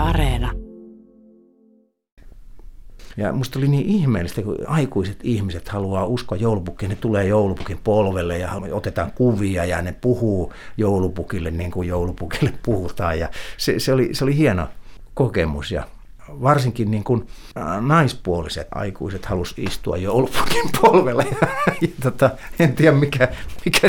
Areena. Ja musta oli niin ihmeellistä, kun aikuiset ihmiset haluaa uskoa joulupukkiin, ne tulee joulupukin polvelle ja otetaan kuvia ja ne puhuu joulupukille niin kuin joulupukille puhutaan. Ja se oli hieno kokemus ja varsinkin niin kuin naispuoliset aikuiset halusi istua joulupukin polvelle. En tiedä mikä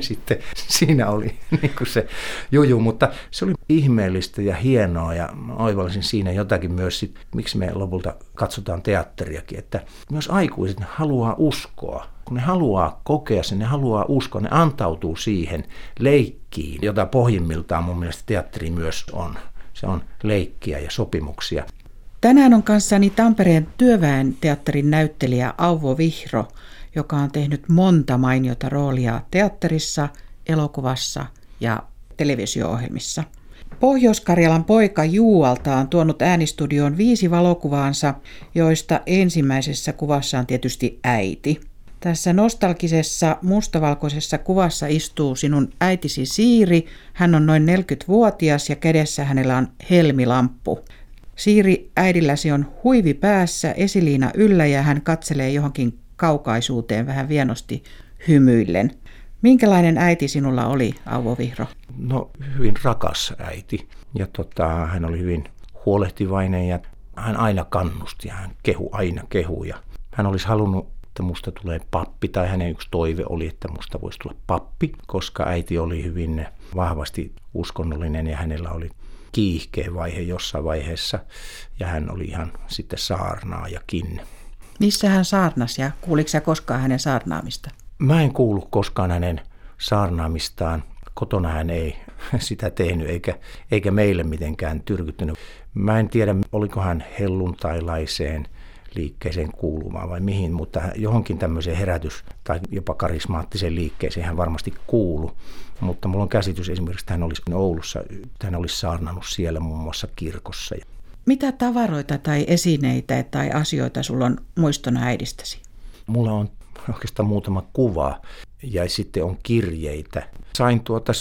siinä oli niin kuin se juju, mutta se oli ihmeellistä ja hienoa ja oivallisin siinä jotakin myös, miksi me lopulta katsotaan teatteriakin, että myös aikuiset haluaa uskoa. Kun ne haluaa kokea sen, ne haluaa uskoa, ne antautuu siihen leikkiin, jota pohjimmiltaan mun mielestä teatteri myös on. Se on leikkiä ja sopimuksia. Tänään on kanssani Tampereen Työväen teatterin näyttelijä Auvo Vihro, joka on tehnyt monta mainiota roolia teatterissa, elokuvassa ja televisio-ohjelmissa. Pohjois-Karjalan poika Juualta on tuonut äänistudioon 5 valokuvaansa, joista ensimmäisessä kuvassa on tietysti äiti. Tässä nostalgisessa mustavalkoisessa kuvassa istuu sinun äitisi Siiri. Hän on noin 40-vuotias ja kädessä hänellä on helmilamppu. Siiri, äidilläsi on huivi päässä, esiliina yllä ja hän katselee johonkin kaukaisuuteen vähän vienosti hymyillen. Minkälainen äiti sinulla oli, Auvo Vihro? No hyvin rakas äiti ja hän oli hyvin huolehtivainen ja hän aina kannusti ja hän aina kehui. Ja hän olisi halunnut, että musta tulee pappi tai hänen yksi toive oli, että musta voisi tulla pappi, koska äiti oli hyvin vahvasti uskonnollinen ja hänellä oli kiihkeä vaihe jossain vaiheessa ja hän oli ihan sitten saarnaajakin. Missä hän saarnasi ja kuuliko sä koskaan hänen saarnaamista? Mä en kuullut koskaan hänen saarnaamistaan. Kotona hän ei sitä tehnyt eikä meille mitenkään tyrkyttänyt. Mä en tiedä, oliko hän helluntailaiseen liikkeeseen kuulumaan vai mihin, mutta johonkin tämmöiseen herätys- tai jopa karismaattiseen liikkeeseen hän varmasti kuului. Mutta mulla on käsitys esimerkiksi, että hän olisi Oulussa, hän olisi saarnannut siellä muun muassa kirkossa. Mitä tavaroita tai esineitä tai asioita sulla on muistona äidistäsi? Mulla on oikeastaan muutama kuva ja sitten on kirjeitä. Sain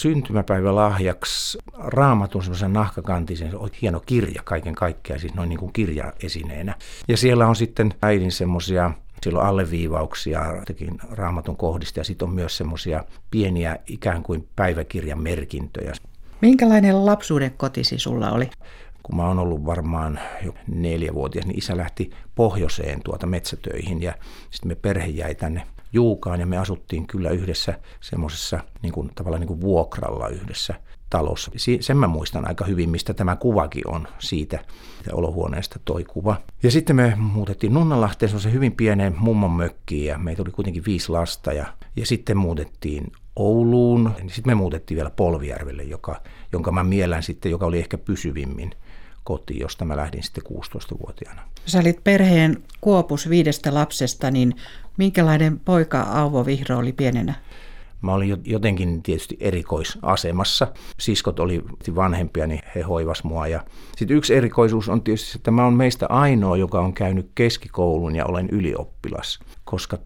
syntymäpäivälahjaksi Raamatun semmoisen nahkakantisen, se on hieno kirja kaiken kaikkiaan, siis noin niin kuin kirjaesineenä. Ja siellä on sitten äidin semmoisia, siellä on alleviivauksia Raamatun kohdista ja sitten on myös semmoisia pieniä ikään kuin päiväkirjan merkintöjä. Minkälainen lapsuuden kotisi sulla oli? Kun mä oon ollut varmaan jo 4-vuotias, niin isä lähti pohjoiseen metsätöihin ja sitten me perhe jäi tänne Juukaan ja me asuttiin kyllä yhdessä semmoisessa tavallaan niin kuin vuokralla yhdessä talossa. Sen mä muistan aika hyvin, mistä tämä kuvakin on siitä olohuoneesta toi kuva. Ja sitten me muutettiin Nunnanlahteen semmoisen hyvin pieneen mummon mökkiin ja meitä oli kuitenkin 5 lasta ja sitten muutettiin Ouluun. Sitten me muutettiin vielä Polvijärvelle, jonka mä miellän sitten, joka oli ehkä pysyvimmin kotiin, josta mä lähdin sitten 16-vuotiaana. Sä olit perheen kuopus 5 lapsesta, niin minkälainen poika Auvo Vihro oli pienenä? Mä olin jotenkin tietysti erikoisasemassa. Siskot oli vanhempia, niin he hoivas mua. Ja sitten yksi erikoisuus on tietysti, että mä oon meistä ainoa, joka on käynyt keskikoulun ja olen ylioppilas. Koska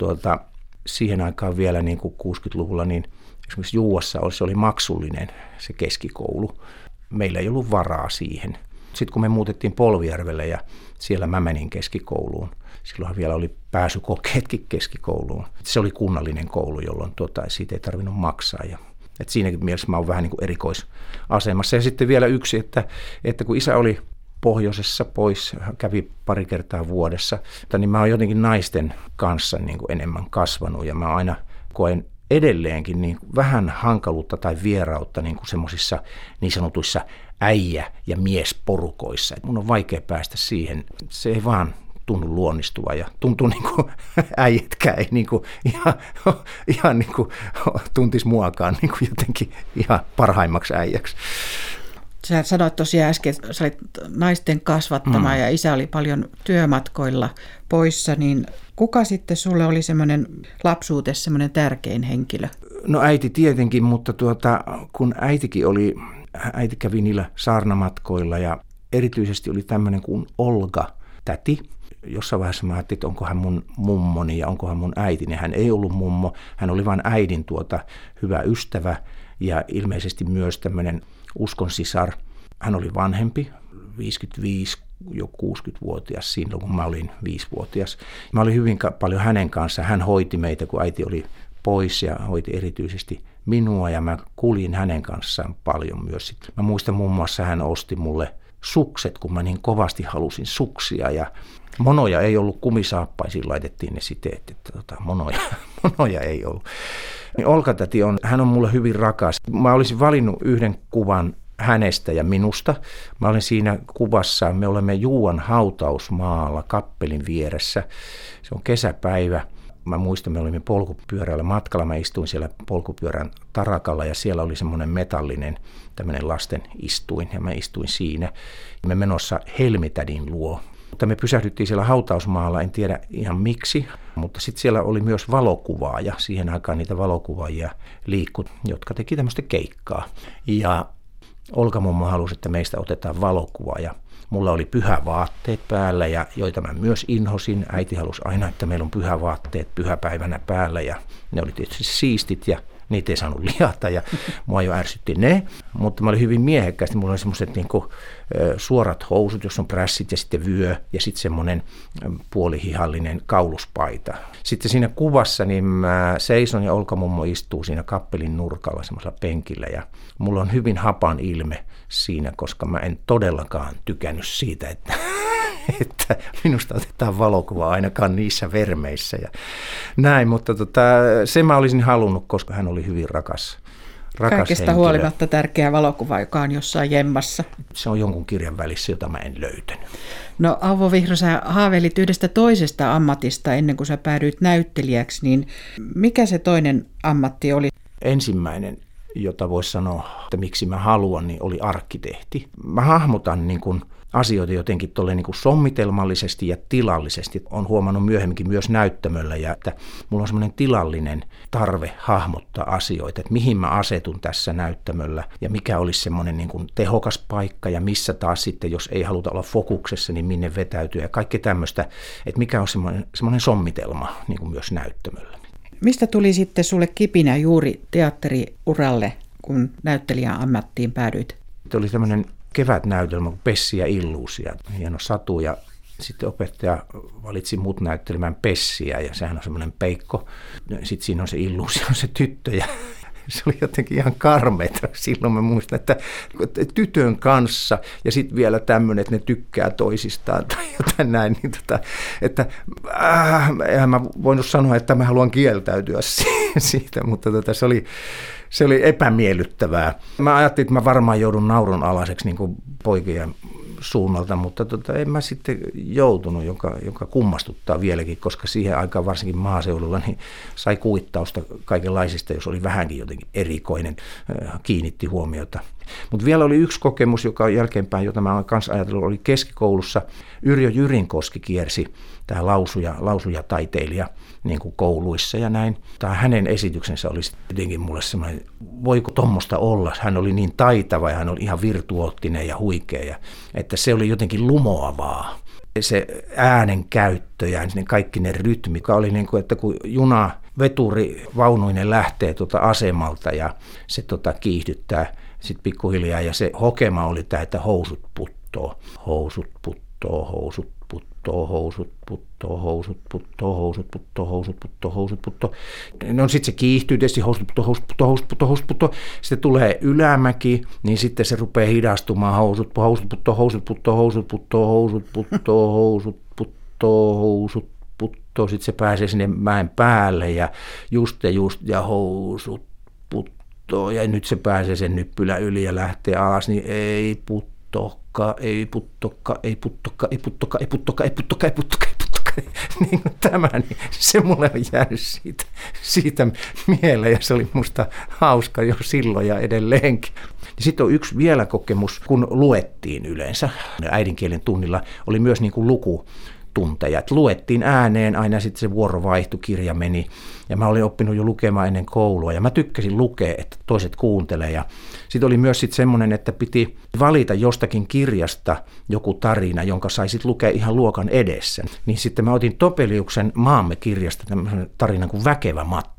siihen aikaan vielä niin kuin 60-luvulla, niin esimerkiksi Juuassa se oli maksullinen se keskikoulu. Meillä ei ollut varaa siihen. Sitten kun me muutettiin Polvijärvelle ja siellä mä menin keskikouluun, silloinhan vielä oli pääsykokeetkin keskikouluun. Se oli kunnallinen koulu, jolloin siitä ei tarvinnut maksaa. Et siinäkin mielessä mä oon vähän niin kuin erikoisasemassa. Ja sitten vielä yksi, että kun isä oli pohjoisessa pois, kävi pari kertaa vuodessa, niin mä oon jotenkin naisten kanssa niin kuin enemmän kasvanut ja mä aina koen edelleenkin niin vähän hankaluutta tai vierautta niin kuin semmoisissa niin sanotuissa äijä- ja miesporukoissa. Mun on vaikea päästä siihen. Se ei vaan tunnu luonnistuva ja tuntuu niin kuin äijätkään ei niin kuin ihan niin kuin tuntis muakaan niin kuin jotenkin ihan parhaimmaksi äijäksi. Sä sanoit tosiaan äsken, että sä olit naisten kasvattama ja isä oli paljon työmatkoilla poissa, niin kuka sitten sulle oli semmoinen lapsuutessa semmoinen tärkein henkilö? No äiti tietenkin, mutta kun äiti kävi niillä saarnamatkoilla ja erityisesti oli tämmöinen kuin Olga, täti. Jossain vaiheessa mä ajattelin, että onko hän mun mummoni ja onko hän mun äitini. Hän ei ollut mummo, hän oli vain äidin hyvä ystävä ja ilmeisesti myös tämmöinen uskonsisar. Hän oli vanhempi, 55, jo 60-vuotias silloin, kun mä olin 5-vuotias. Mä olin hyvin paljon hänen kanssaan. Hän hoiti meitä, kun äiti oli pois ja hoiti erityisesti minua ja mä kuljin hänen kanssaan paljon myös. Mä muistan muun muassa, hän osti mulle sukset, kun mä niin kovasti halusin suksia ja monoja ei ollut, kumisaappaisiin laitettiin ne siteet, että monoja ei ollut. Niin Olka-täti hän on mulle hyvin rakas. Mä olisin valinnut yhden kuvan hänestä ja minusta. Mä olen siinä kuvassa, me olemme Juuan hautausmaalla kappelin vieressä. Se on kesäpäivä. Mä muistan, me olimme polkupyörällä matkalla. Mä istuin siellä polkupyörän tarakalla ja siellä oli semmoinen metallinen tämmöinen lasten istuin ja mä istuin siinä. Me menossa Helmitädin luo. Mutta me pysähdyttiin siellä hautausmaalla, en tiedä ihan miksi, mutta sitten siellä oli myös valokuvaaja. Siihen aikaan niitä valokuvaajia liikkui, jotka teki tämmöistä keikkaa. Ja Olka-mummo halusi, että meistä otetaan valokuva ja mulla oli pyhävaatteet päällä, ja joita mä myös inhosin. Äiti halusi aina, että meillä on pyhävaatteet pyhäpäivänä päällä ja ne oli tietysti siistit ja niitä ei saanut liata ja mua jo ärsytti ne, mutta mä olin hyvin miehekkäästi. Mulla oli semmoiset niinku suorat housut, jossa on prässit ja sitten vyö ja sitten semmoinen puolihihallinen kauluspaita. Sitten siinä kuvassa niin mä seison ja Olka-mummo istuu siinä kappelin nurkalla semmoisella penkillä ja mulla on hyvin hapan ilme siinä, koska mä en todellakaan tykännyt siitä, että minusta otetaan valokuva ainakaan niissä vermeissä ja näin, mutta se mä olisin halunnut, koska hän oli hyvin rakas Kaikesta henkilö. Huolimatta tärkeä valokuva, joka on jossain jemmassa. Se on jonkun kirjan välissä, jota mä en löytänyt. No Auvo Vihro, sä haaveilit yhdestä toisesta ammatista ennen kuin sä päädyit näyttelijäksi, niin mikä se toinen ammatti oli? Ensimmäinen, jota voisi sanoa, että miksi mä haluan, niin oli arkkitehti. Mä hahmotan niin kuin asioita jotenkin niin kuin sommitelmallisesti ja tilallisesti. Olen huomannut myöhemminkin myös näyttämöllä, ja että mulla on semmoinen tilallinen tarve hahmottaa asioita, että mihin mä asetun tässä näyttämöllä ja mikä olisi semmoinen niin kuin tehokas paikka ja missä taas sitten, jos ei haluta olla fokuksessa, niin minne vetäytyä ja kaikki tämmöistä, että mikä on semmoinen sommitelma niin kuin myös näyttämöllä. Mistä tuli sitten sulle kipinä juuri teatteriuralle, kun näyttelijän ammattiin päädyit? Se oli tämmöinen kevätnäytelmä kuin Pessi ja illuusia, hieno satu, ja sitten opettaja valitsi mut näyttelemään Pessiä ja sehän on semmoinen peikko. Sitten siinä on se illuusio, on se tyttö ja se oli jotenkin ihan karmeita. Silloin mä muistan, että tytön kanssa ja sitten vielä tämmöinen, että ne tykkää toisistaan tai jotain näin. Niin eihän mä voinut sanoa, että mä haluan kieltäytyä siitä, mutta se oli epämiellyttävää. Mä ajattelin, että mä varmaan joudun naurun alaiseksi niin kuin poikien suunnalta, mutta en mä sitten joutunut, joka kummastuttaa vieläkin, koska siihen aikaan varsinkin maaseudulla niin sai kuittausta kaikenlaisista, jos oli vähänkin jotenkin erikoinen, kiinnitti huomiota. Mutta vielä oli yksi kokemus, joka jälkeenpäin, jota mä olen kanssa ajatellut, oli keskikoulussa. Yrjö Jyrinkoski kiersi, tämä lausujataiteilija niin kuin kouluissa ja näin. Tämä hänen esityksensä oli jotenkin mulle semmoinen, voiko tommosta olla? Hän oli niin taitava ja hän oli ihan virtuoottinen ja huikea, että se oli jotenkin lumoavaa. Se äänen käyttö ja kaikki ne rytmit, joka oli niin kuin, että kun juna veturi vaunuinen lähtee asemalta ja se kiihdyttää sitten pikkuhiljaa ja se hokema oli tämä, että housut puttoo, housut puttoo, housut puttoo, housut puttoo, housut puttoo, housut puttoo, housut puttoo, housut puttoo. No sitten se kiihtyy tietysti, housut puttoo, housut puttoo, housut puttoo, housut puttoo. Sitten tulee ylämäki, niin sitten se rupeaa hidastumaan, housut puttoo, housut puttoo, housut puttoo, housut puttoo, housut puttoo, housut puttoo, housut puttoo. Sitten se pääsee sinne mäen päälle ja just ja housut puttoo. Ja nyt se pääsee sen nyppylä yli ja lähtee alas, niin ei puttokka, ei puttokka, ei puttokka, ei puttokka, ei puttokka, ei puttokka, ei puttokka, ei puttokka. Niin kuin tämä, niin se mulle on jäänyt siitä mieleen ja se oli musta hauska jo silloin ja edelleenkin. Sitten on yksi vielä kokemus, kun luettiin yleensä. Äidinkielen tunnilla oli myös niin kuin lukutunteja. Luettiin ääneen, aina sitten se vuoro vaihtui, kirja meni. Ja mä olin oppinut jo lukemaan ennen koulua ja mä tykkäsin lukea, että toiset kuuntelee. Ja sitten oli myös sitten semmoinen, että piti valita jostakin kirjasta joku tarina, jonka sai sitten lukea ihan luokan edessä. Niin sitten mä otin Topeliuksen Maamme kirjasta tämmöisen tarinan kuin Väkevä Matti.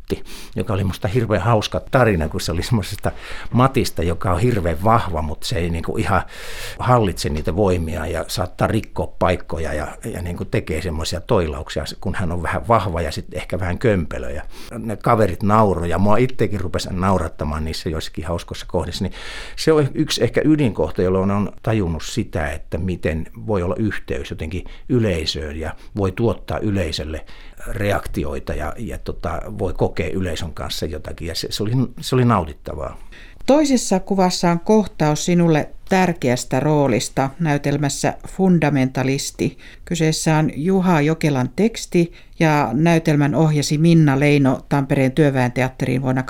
Matti, joka oli musta hirveän hauska tarina, kun se oli semmoisesta Matista, joka on hirveän vahva, mutta se ei niin kuin ihan hallitse niitä voimia ja saattaa rikkoa paikkoja ja niin kuin tekee semmoisia toilauksia, kun hän on vähän vahva ja sitten ehkä vähän kömpelö. Ja ne kaverit nauroi ja mua itsekin rupesi naurattamaan niissä joissakin hauskoissa kohdissa. Niin se on yksi ehkä ydinkohta, jolloin on tajunnut sitä, että miten voi olla yhteys jotenkin yleisöön ja voi tuottaa yleisölle reaktioita ja voi kokea yleisön kanssa jotakin ja se oli nautittavaa. Toisessa kuvassa on kohtaus sinulle tärkeästä roolista näytelmässä Fundamentalisti. Kyseessä on Juha Jokelan teksti ja näytelmän ohjasi Minna Leino Tampereen Työväen Teatteriin vuonna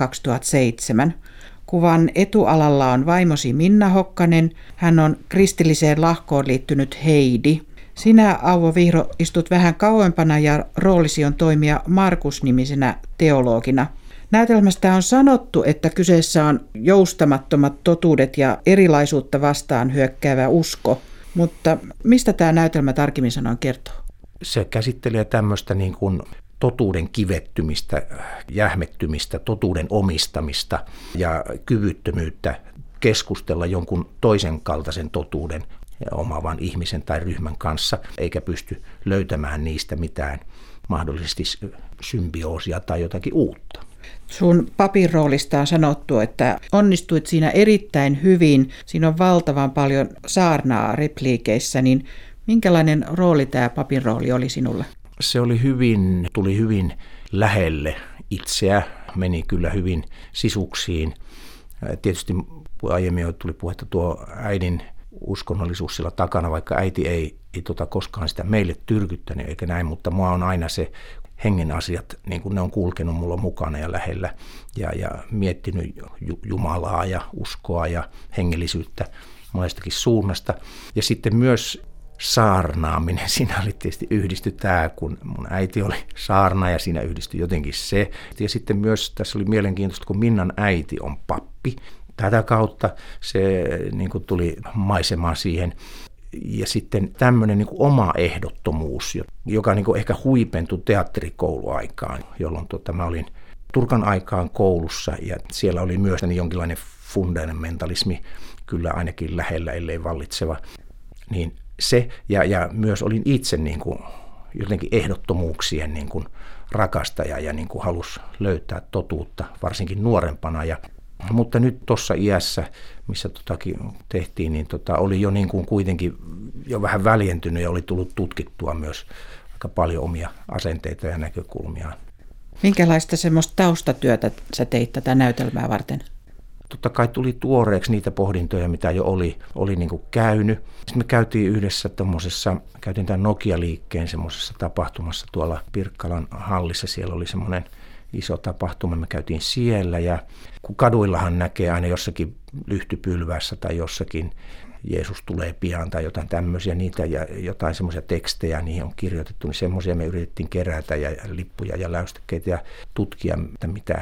2007. Kuvan etualalla on vaimosi Minna Hokkanen. Hän on kristilliseen lahkoon liittynyt Heidi. Sinä, Auvo Vihro, istut vähän kauempana ja roolisi on toimia Markus-nimisenä teologina. Näytelmästä on sanottu, että kyseessä on joustamattomat totuudet ja erilaisuutta vastaan hyökkäävä usko. Mutta mistä tämä näytelmä tarkemmin sanoen kertoo? Se käsittelee tämmöistä niin kuin totuuden kivettymistä, jähmettymistä, totuuden omistamista ja kyvyttömyyttä keskustella jonkun toisen kaltaisen totuuden omaavan ihmisen tai ryhmän kanssa, eikä pysty löytämään niistä mitään mahdollisesti symbioosia tai jotakin uutta. Sun papin roolista on sanottu, että onnistuit siinä erittäin hyvin. Siinä on valtavan paljon saarnaa repliikeissä, niin minkälainen rooli tämä papin rooli oli sinulla? Se tuli hyvin lähelle itseä, meni kyllä hyvin sisuksiin. Tietysti aiemmin jo tuli puhetta tuo äidin uskonnollisuus sillä takana, vaikka äiti ei koskaan sitä meille tyrkyttänyt eikä näin, mutta mua on aina se hengen asiat, niin kuin ne on kulkenut mulla mukana ja lähellä ja miettinyt Jumalaa ja uskoa ja hengellisyyttä monestakin suunnasta. Ja sitten myös saarnaaminen, siinä oli tietysti yhdisty tämä, kun mun äiti oli saarnaaja ja siinä yhdistyi jotenkin se. Ja sitten myös tässä oli mielenkiintoista, kun Minnan äiti on pappi. Tätä kautta se niin kuin tuli maisemaan siihen. Ja sitten tämmöinen niin kuin oma ehdottomuus, joka niin kuin ehkä huipentui teatterikouluaikaan, jolloin mä olin Turkan aikaan koulussa ja siellä oli myös jonkinlainen fundamentalismi, kyllä ainakin lähellä, ellei vallitseva. Niin se, ja myös olin itse niin kuin jotenkin ehdottomuuksien niin kuin rakastaja ja niin kuin halusi löytää totuutta, varsinkin nuorempana. Mutta nyt tuossa iässä, missä tehtiin, niin oli jo niin kuin kuitenkin jo vähän väljentynyt ja oli tullut tutkittua myös aika paljon omia asenteita ja näkökulmia. Minkälaista semmoista taustatyötä sä teit tätä näytelmää varten? Totta kai tuli tuoreeksi niitä pohdintoja, mitä jo oli niin kuin käynyt. Sitten me käytiin yhdessä käytiin tämän Nokia-liikkeen semmoisessa tapahtumassa tuolla Pirkkalan hallissa. Siellä oli semmoinen iso tapahtuma, me käytiin siellä ja kun kaduillahan näkee aina jossakin lyhtypylvässä tai jossakin Jeesus tulee pian tai jotain tämmöisiä, niitä ja jotain semmoisia tekstejä, niihin on kirjoitettu, niin semmoisia me yritettiin kerätä ja lippuja ja läystekkeitä ja tutkia, mitä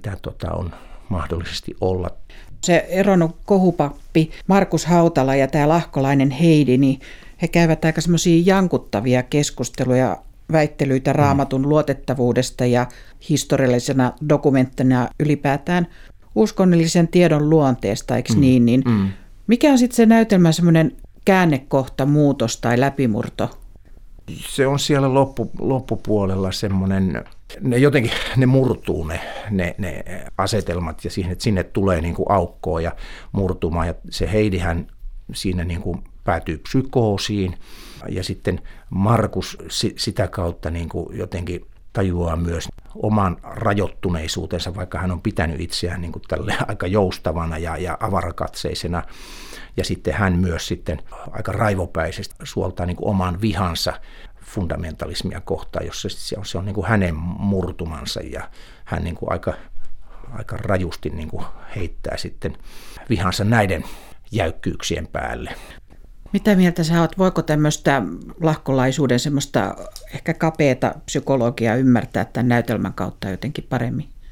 on mahdollisesti olla. Se eronnut kohupappi Markus Hautala ja tämä lahkolainen Heidi, niin he käyvät aika semmoisia jankuttavia keskusteluja, väittelyitä Raamatun luotettavuudesta ja historiallisena dokumenttina ylipäätään uskonnollisen tiedon luonteesta, eikö niin? Mikä on sitten se näytelmän semmoinen käännekohta, muutos tai läpimurto? Se on siellä loppupuolella semmoinen, ne murtuu ne asetelmat ja siihen, että sinne tulee niin kuin aukkoa ja murtumaan ja se Heidihän siinä niin kuin päätyy psykoosiin ja sitten Markus sitä kautta niin kuin jotenkin tajuaa myös oman rajoittuneisuutensa, vaikka hän on pitänyt itseään niin kuin tälle aika joustavana ja avarakatseisena. Ja sitten hän myös sitten aika raivopäisesti suoltaa niin kuin oman vihansa fundamentalismia kohtaan, jossa se on niin kuin hänen murtumansa ja hän niin kuin aika rajusti niin kuin heittää sitten vihansa näiden jäykkyyksien päälle. Mitä mieltä sä oot? Voiko tämmöistä lahkolaisuuden semmoista ehkä kapeata psykologiaa ymmärtää tämän näytelmän kautta jotenkin paremmin?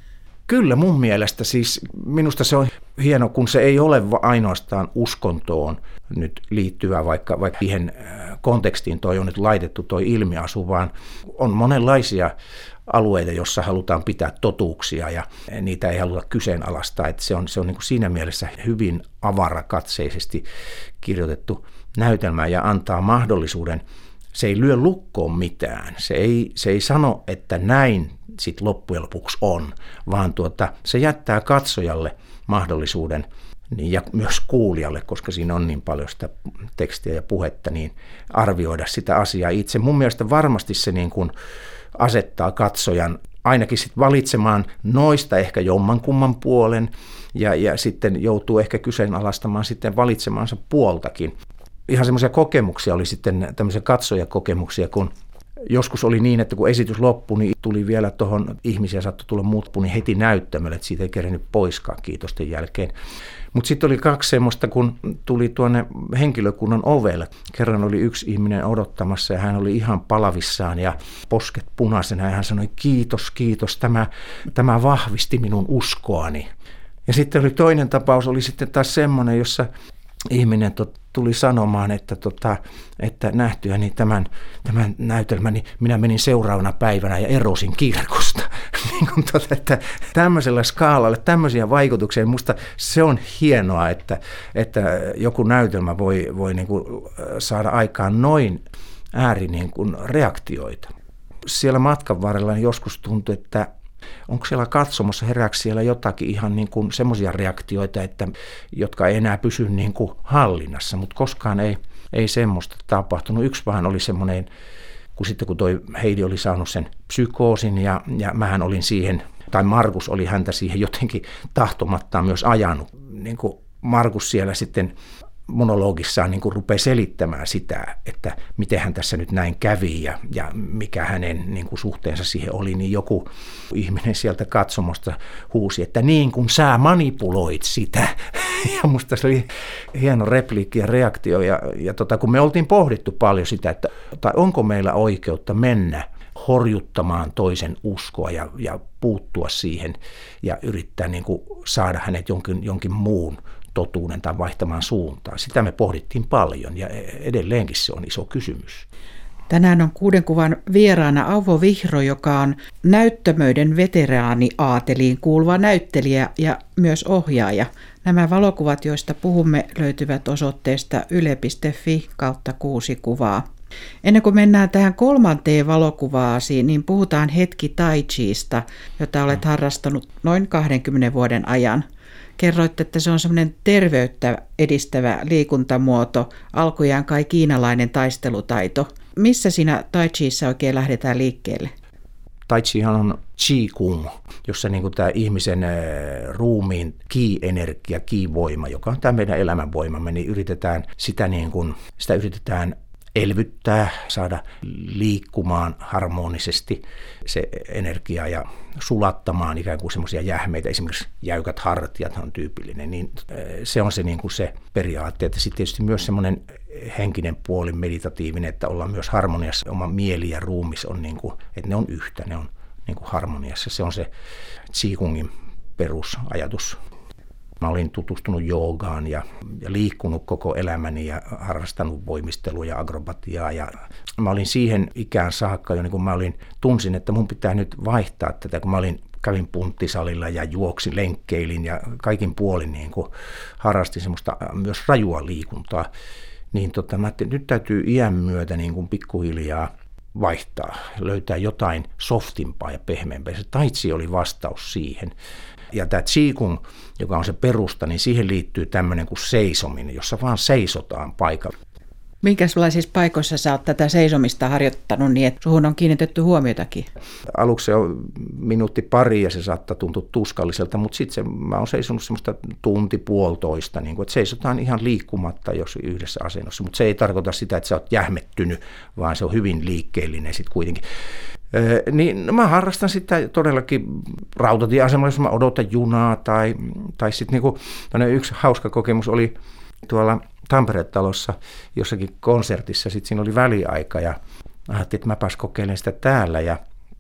Kyllä mun mielestä siis minusta se on hieno, kun se ei ole ainoastaan uskontoon nyt liittyvä, vaikka siihen kontekstiin toi on nyt laitettu toi ilmiasu, vaan on monenlaisia alueita, jossa halutaan pitää totuuksia ja niitä ei haluta kyseenalaistaa. Että se on niin kuin siinä mielessä hyvin avarakatseisesti kirjoitettu näytelmä ja antaa mahdollisuuden. Se ei lyö lukkoon mitään. Se ei sano, että näin sit loppujen lopuksi on, vaan se jättää katsojalle mahdollisuuden niin, ja myös kuulijalle, koska siinä on niin paljon sitä tekstiä ja puhetta, niin arvioida sitä asiaa itse. Mun mielestä varmasti se niin kuin asettaa katsojan ainakin sit valitsemaan noista ehkä jommankumman puolen ja sitten joutuu ehkä kyseenalaistamaan sitten valitsemaansa puoltakin. Ihan semmoisia kokemuksia oli sitten, tämmöisiä katsojakokemuksia, kun joskus oli niin, että kun esitys loppui, niin tuli vielä tuohon ihmisiä, saattoi tulla muut, niin heti näyttämölle, että siitä ei kerennyt poiskaan kiitosten jälkeen. Mutta sitten oli 2 semmoista, kun tuli tuonne henkilökunnan ovelle. Kerran oli yksi ihminen odottamassa ja hän oli ihan palavissaan ja posket punaisena ja hän sanoi kiitos, tämä vahvisti minun uskoani. Ja sitten oli toinen tapaus, oli sitten taas semmoinen, jossa ihminen tuli sanomaan, että nähtyäni tämän näytelmän, niin minä menin seuraavana päivänä ja erosin kirkosta. Että tämmöisellä skaalalla, tämmöisiä vaikutuksia, musta se on hienoa, että joku näytelmä voi niin kuin saada aikaan noin niin kuin reaktioita. Siellä matkan varrella joskus tuntui, että onko siellä katsomossa, herääkö siellä jotakin ihan niin kuin semmoisia reaktioita, jotka ei enää pysy niin kuin hallinnassa, mutta koskaan ei semmoista tapahtunut. Yksi vaan oli semmoinen, kun toi Heidi oli saanut sen psykoosin ja mähän olin siihen, tai Markus oli häntä siihen jotenkin tahtomattaan myös ajanut. Niin kuin Markus siellä sitten monologissaan niin kuin rupeaa selittämään sitä, että miten hän tässä nyt näin kävi ja mikä hänen niin kuin suhteensa siihen oli, niin joku ihminen sieltä katsomosta huusi, että niin kuin sä manipuloit sitä. Ja musta se oli hieno repliikki ja reaktio. Ja kun me oltiin pohdittu paljon sitä, että onko meillä oikeutta mennä horjuttamaan toisen uskoa ja puuttua siihen ja yrittää niin kuin saada hänet jonkin muun totuuden tai vaihtamaan suuntaan. Sitä me pohdittiin paljon ja edelleenkin se on iso kysymys. Tänään on 6 kuvan vieraana Auvo Vihro, joka on näyttämöiden veteraani-aateliin kuuluva näyttelijä ja myös ohjaaja. Nämä valokuvat, joista puhumme, löytyvät osoitteesta yle.fi/6 kuvaa. Ennen kuin mennään tähän 3. valokuvaasi, niin puhutaan hetki tai chista, jota olet harrastanut noin 20 vuoden ajan. Kerroitte, että se on semmoinen terveyttä edistävä liikuntamuoto, alkujaan kai kiinalainen taistelutaito. Missä siinä tai chissa oikein lähdetään liikkeelle? Tai chihan on qigong, jossa niin kuin tämä ihmisen ruumiin ki-energia, ki-voima, joka on tämä meidän elämänvoimamme, niin sitä yritetään elvyttää, saada liikkumaan harmonisesti se energia ja sulattamaan ikään kuin semmoisia jähmeitä, esimerkiksi jäykät hartiat on tyypillinen, niin se on se, niin kuin se periaate, että sitten tietysti myös semmoinen henkinen puoli, meditatiivinen, että ollaan myös harmoniassa, oma mieli ja ruumis on niin kuin, että ne on yhtä, ne on niin kuin harmoniassa, se on se qigongin perusajatus. Mä olin tutustunut joogaan ja liikkunut koko elämäni ja harrastanut voimistelua ja akrobatiaa. Ja mä olin siihen ikään saakka jo, niin kun tunsin, että mun pitää nyt vaihtaa tätä, kun kävin punttisalilla ja juoksin, lenkkeilin ja kaikin puolin niin kun harrastin semmoista myös rajua liikuntaa. Niin mä ajattelin, että nyt täytyy iän myötä niin kun pikkuhiljaa vaihtaa, löytää jotain softimpaa ja pehmeämpää. Se tai chi oli vastaus siihen. Ja tämä qigong, joka on se perusta, niin siihen liittyy tämmöinen kuin seisominen, jossa vaan seisotaan paikalla. Minkälaisissa paikoissa sä oot tätä seisomista harjoittanut niin, että suhun on kiinnitetty huomiotakin? Aluksi se on minuutti pari ja se saattaa tuntua tuskalliselta, mutta sitten mä oon seisonut semmoista tunti puolitoista, niin kuin, että seisotaan ihan liikkumatta jos yhdessä asennossa, mutta se ei tarkoita sitä, että sä oot jähmettynyt, vaan se on hyvin liikkeellinen sitten kuitenkin. Niin mä harrastan sitä todellakin rautatieasemalla, jos mä odotan junaa tai sitten niinku, yksi hauska kokemus oli tuolla Tampere-talossa jossakin konsertissa, sitten siinä oli väliaika ja ajattelin, että mäpäs kokeilen sitä täällä ja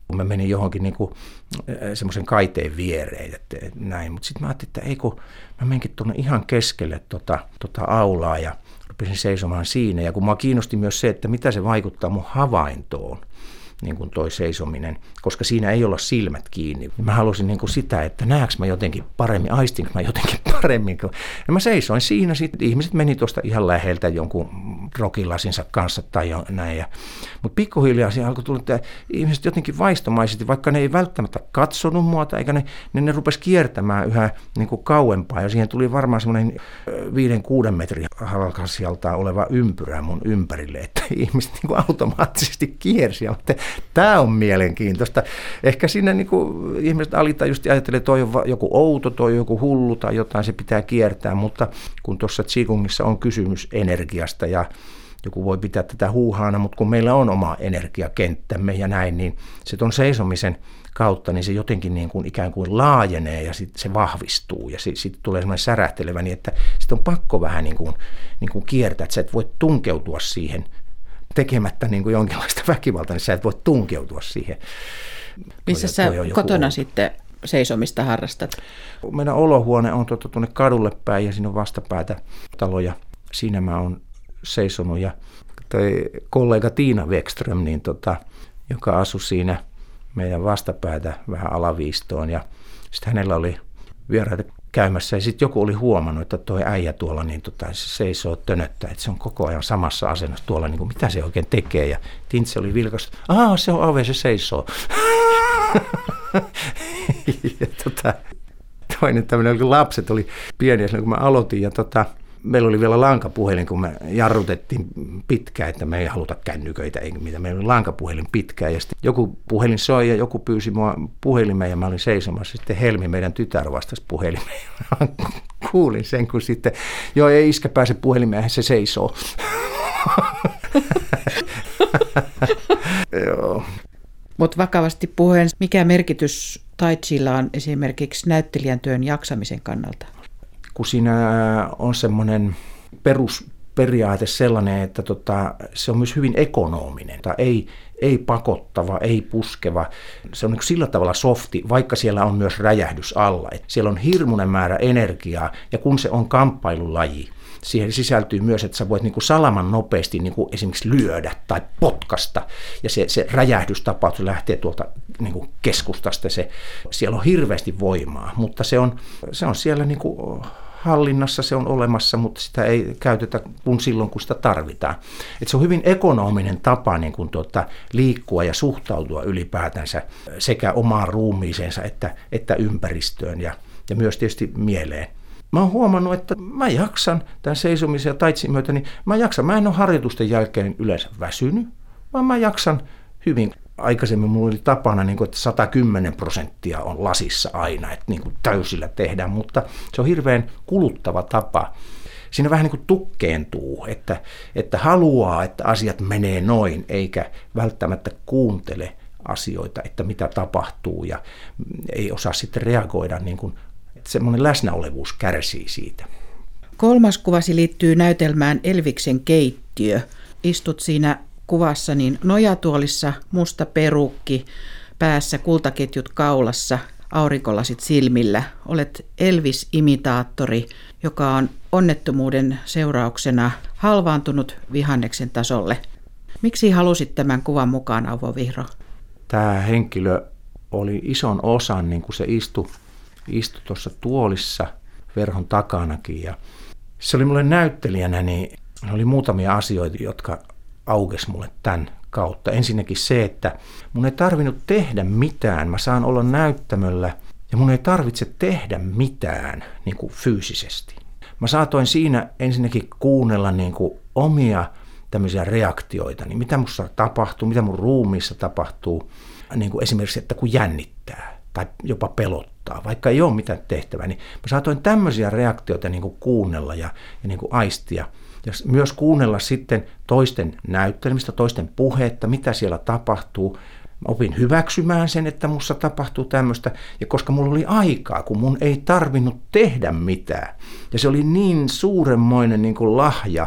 Mä menin johonkin niin kuin semmoisen kaiteen viereen, että näin. Mutta sitten mä ajattelin, että ei kun mä menenkin tuonne ihan keskelle tota aulaa ja rupesin seisomaan siinä. Ja kun mua kiinnosti myös se, että mitä se vaikuttaa mun havaintoon, niin kuin toi seisominen, koska siinä ei olla silmät kiinni. Mä halusin niin kuin sitä, että näekö mä jotenkin paremmin, aistinko mä jotenkin paremmin. Ja mä seisoin siinä, sitten ihmiset meni tuosta ihan läheltä jonkun rokilasinsa kanssa tai näin. Mutta pikkuhiljaa siinä alkoi tulla, että ihmiset jotenkin vaistomaisesti, vaikka ne ei välttämättä katsonut mua, eikä ne rupesi kiertämään yhä niin kuin kauempaa. Ja siihen tuli varmaan semmoinen 5-6 metrin halkasijaltaan oleva ympyrä mun ympärille, että ihmiset niin kuin automaattisesti kiersi. Tämä on mielenkiintoista. Ehkä siinä niin kuin ihmiset alitajuisesti ajattelee, että toi on joku outo, toi on joku hullu tai jotain, se pitää kiertää, mutta kun tuossa Qigongissa on kysymys energiasta ja joku voi pitää tätä huuhaana, mutta kun meillä on oma energiakenttämme ja näin, niin se ton seisomisen kautta, niin se jotenkin niin kuin ikään kuin laajenee ja sit se vahvistuu ja sitten tulee semmoinen särähtelevä, niin että sitten on pakko vähän niin kuin kiertää, että sä et voi tunkeutua siihen tekemättä niin kuin jonkinlaista väkivaltaa, niin sä et voi tunkeutua siihen. Missä sä kotona sitten seisomista harrastat? Meidän olohuone on tuonne kadulle päin ja siinä on vastapäätä taloja. Siinä mä oon seisonut ja toi kollega Tiina Wexström, niin joka asui siinä meidän vastapäätä vähän alaviistoon ja sitten hänellä oli vieraita käymässä ja sitten joku oli huomannut, että toi äijä tuolla niin se seisoo tönöttää, että se on koko ajan samassa asennossa tuolla, niin kuin mitä se oikein tekee ja Tintse oli vilkas, se on ave, se seisoo. Ja toinen tämmöinen, kun lapset oli pieniä silloin, kun mä aloitin ja meillä oli vielä lankapuhelin, kun me jarrutettiin pitkään, että me ei haluta kännyköitä eikä mitä. Meillä oli lankapuhelin pitkään ja sitten joku puhelin soi ja joku pyysi mua puhelimeen ja mä olin seisomassa. Sitten Helmi, meidän tytär, vastasi puhelimeen. Kuulin sen, kun sitten, ei iskä pääse puhelimeen, se seisoo. Joo. Mutta vakavasti puheen, mikä merkitys Tai Chilla on esimerkiksi näyttelijän työn jaksamisen kannalta? Kun siinä on semmoinen perusperiaate sellainen, että se on myös hyvin ekonominen, ei pakottava, ei puskeva. Se on niin sillä tavalla softi, vaikka siellä on myös räjähdys alla. Et siellä on hirmuinen määrä energiaa ja kun se on kamppailulaji, siihen sisältyy myös, että sä voit niin kuin salaman nopeasti niin kuin esimerkiksi lyödä tai potkasta ja se räjähdystapahtus lähtee tuolta niin kuin keskustasta. Siellä on hirveästi voimaa, mutta se on siellä niin kuin hallinnassa, se on olemassa, mutta sitä ei käytetä silloin, kun sitä tarvitaan. Et se on hyvin ekonominen tapa niin kuin liikkua ja suhtautua ylipäätänsä sekä omaan ruumiiseensa että ympäristöön ja myös tietysti mieleen. Mä oon huomannut, että mä jaksan tämän seisomisen ja taitsin myötä, niin mä en ole harjoitusten jälkeen yleensä väsynyt, vaan mä jaksan hyvin. Aikaisemmin mulla oli tapana, että 110% on lasissa aina, että täysillä tehdään, mutta se on hirveän kuluttava tapa. Siinä vähän niin kuin tukkeentuu, että haluaa, että asiat menee noin, eikä välttämättä kuuntele asioita, että mitä tapahtuu ja ei osaa sitten reagoida, että semmoinen läsnäolevuus kärsii siitä. Kolmas kuvasi liittyy näytelmään Elviksen keittiö. Istut siinä kuvassa niin nojatuolissa, musta perukki, päässä kultaketjut kaulassa, aurinkolasit silmillä. Olet Elvis-imitaattori, joka on onnettomuuden seurauksena halvaantunut vihanneksen tasolle. Miksi halusit tämän kuvan mukaan, Auvo Vihro? Tämä henkilö oli ison osan, niin kuin se istui tuossa tuolissa verhon takanakin. Ja se oli mulle näyttelijänä, niin oli muutamia asioita, jotka aukesi mulle tämän kautta. Ensinnäkin se, että mun ei tarvinnut tehdä mitään. Mä saan olla näyttämöllä ja mun ei tarvitse tehdä mitään niin kuin fyysisesti. Mä saatoin siinä ensinnäkin kuunnella niin kuin omia tämmöisiä reaktioita, niin mitä musta tapahtuu, mitä mun ruumiissa tapahtuu. Niin kuin esimerkiksi, että kun jännittää tai jopa pelottaa, vaikka ei ole mitään tehtävää, niin mä saatoin tämmöisiä reaktioita niin kuin kuunnella ja niin kuin aistia. Ja myös kuunnella sitten toisten näyttelemistä, toisten puhetta, mitä siellä tapahtuu. Mä opin hyväksymään sen, että musta tapahtuu tämmöistä, ja koska mulla oli aikaa, kun mun ei tarvinnut tehdä mitään. Ja se oli niin suuremmoinen niin kuin lahja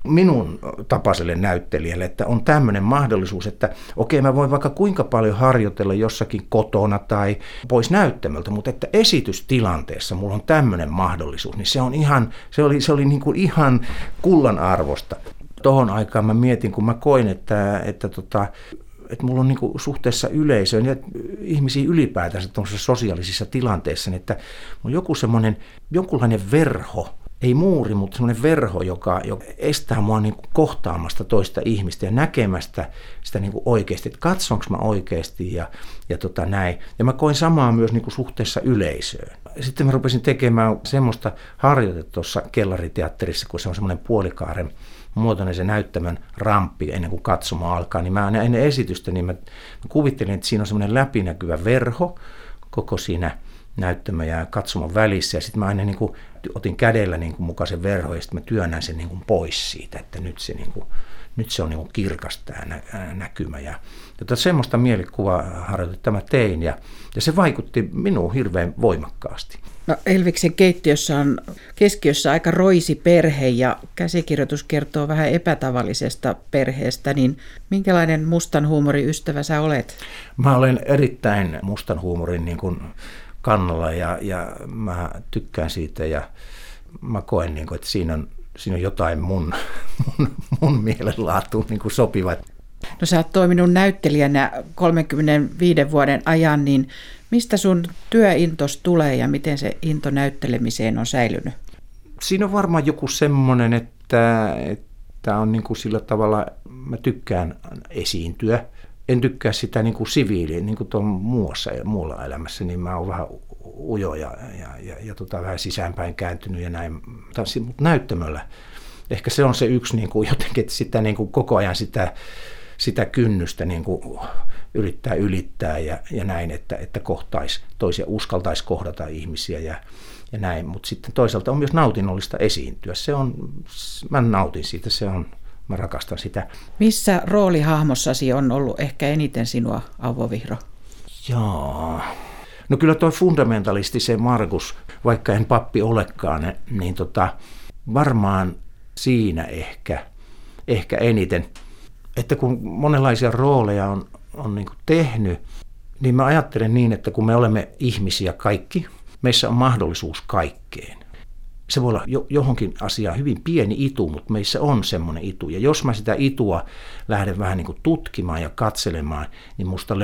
minun tapaiselle näyttelijälle, että on tämmöinen mahdollisuus, että okei, mä voin vaikka kuinka paljon harjoitella jossakin kotona tai pois näyttämöltä, mutta että esitystilanteessa mulla on tämmöinen mahdollisuus, niin se oli niin kuin ihan kullan arvosta. Tohon aikaan mä mietin, kun mä koin, että mulla on niin kuin suhteessa yleisöön ja ihmisiin ylipäätänsä tuollaisissa sosiaalisissa tilanteissa, että on joku semmoinen jonkunlainen verho, ei muuri, mutta semmoinen verho, joka estää mua niin kuin kohtaamasta toista ihmistä ja näkemästä sitä niin kuin oikeasti, että katsonko mä oikeasti ja näin. Ja mä koin samaa myös niin kuin suhteessa yleisöön. Sitten mä rupesin tekemään semmoista harjoitetta tuossa kellariteatterissa, kun se on semmoinen puolikaaren muotoinen se näyttämön ramppi ennen kuin katsoma alkaa, niin mä ennen esitystä niin mä kuvittelin, että siinä on semmoinen läpinäkyvä verho koko siinä näyttämön ja katsoman välissä, ja sitten mä aina niin kuin otin kädellä niin kuin mukaan sen verho, ja sitten mä työnnän sen niin kuin pois siitä, että nyt se on niin kuin kirkas tämä näkymä. Ja semmoista mielikuvaharjoitetta mä tein, ja se vaikutti minuun hirveän voimakkaasti. No, Elviksen keittiössä on keskiössä aika roisi perhe, ja käsikirjoitus kertoo vähän epätavallisesta perheestä, niin minkälainen mustan huumorin ystävä sä olet? Mä olen erittäin mustan huumorin niin kuin kannalla, ja mä tykkään siitä, ja mä koen, niin kuin, että siinä on jotain mun mielenlaatuun niin kuin sopiva. No sä oot toiminut näyttelijänä 35 vuoden ajan, niin mistä sun työintos tulee ja miten se into näyttelemiseen on säilynyt? Siinä on varmaan joku semmoinen, että on niin kuin sillä tavalla, mä tykkään esiintyä. En tykkää sitä niin kuin siviiliä, niin kuin tuon muulla elämässä, niin mä oon vähän ujo ja vähän sisäänpäin kääntynyt ja näin. Mutta näyttämöllä ehkä se on se yksi niin kuin jotenkin, että sitä niin kuin koko ajan sitä kynnystä niin kuin yrittää ylittää ja näin, että kohtaisi toisia, uskaltaisi kohdata ihmisiä ja näin. Mutta sitten toisaalta on myös nautinnollista esiintyä. Mä nautin siitä, mä rakastan sitä. Missä roolihahmossasi on ollut ehkä eniten sinua, Auvo Vihro? Jaa. No kyllä toi fundamentalisti, se Markus, vaikka en pappi olekaan, niin varmaan siinä ehkä eniten. Että kun monenlaisia rooleja on niin kuin tehnyt, niin mä ajattelen niin, että kun me olemme ihmisiä kaikki, meissä on mahdollisuus kaikkeen. Se voi olla johonkin asiaan hyvin pieni itu, mutta meissä on semmoinen itu. Ja jos mä sitä itua lähden vähän niin kuin tutkimaan ja katselemaan, niin musta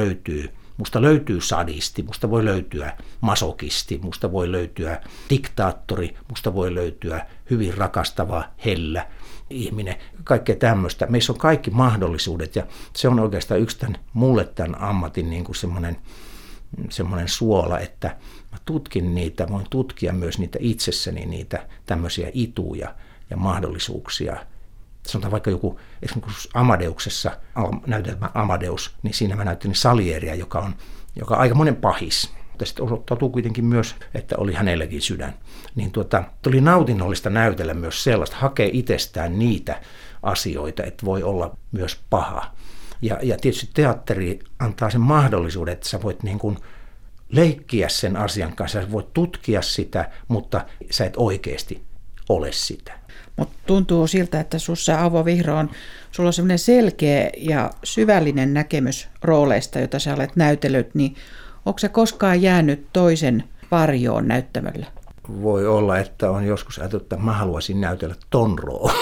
löytyy sadisti, musta voi löytyä masokisti, musta voi löytyä diktaattori, musta voi löytyä hyvin rakastava, hellä ihminen, kaikkea tämmöistä. Meissä on kaikki mahdollisuudet ja se on oikeastaan yksi mulle tämän ammatin niin kuin semmoinen suola, että mä tutkin niitä, voin tutkia myös niitä itsessäni, niitä tämmöisiä ituja ja mahdollisuuksia. Sanotaan vaikka esimerkiksi Amadeuksessa, näytelmä Amadeus, niin siinä mä näyttelin Salieria, joka on aika monen pahis. Mutta sitten osoittautuu kuitenkin myös, että oli hänelläkin sydän. Niin tuli nautinnollista näytellä myös sellaista, hakee itsestään niitä asioita, että voi olla myös paha. Ja tietysti teatteri antaa sen mahdollisuuden, että sä voit niin kuin leikkiä sen asian kanssa, sä voit tutkia sitä, mutta sä et oikeasti ole sitä. Mutta tuntuu siltä, että sussa, Auvo Vihro, sulla on sellainen selkeä ja syvällinen näkemys rooleista, joita sä olet näytellyt, niin onko se koskaan jäänyt toisen varjoon näyttämöllä? Voi olla, että on joskus ajatellut, että mä haluaisin näytellä ton roolin.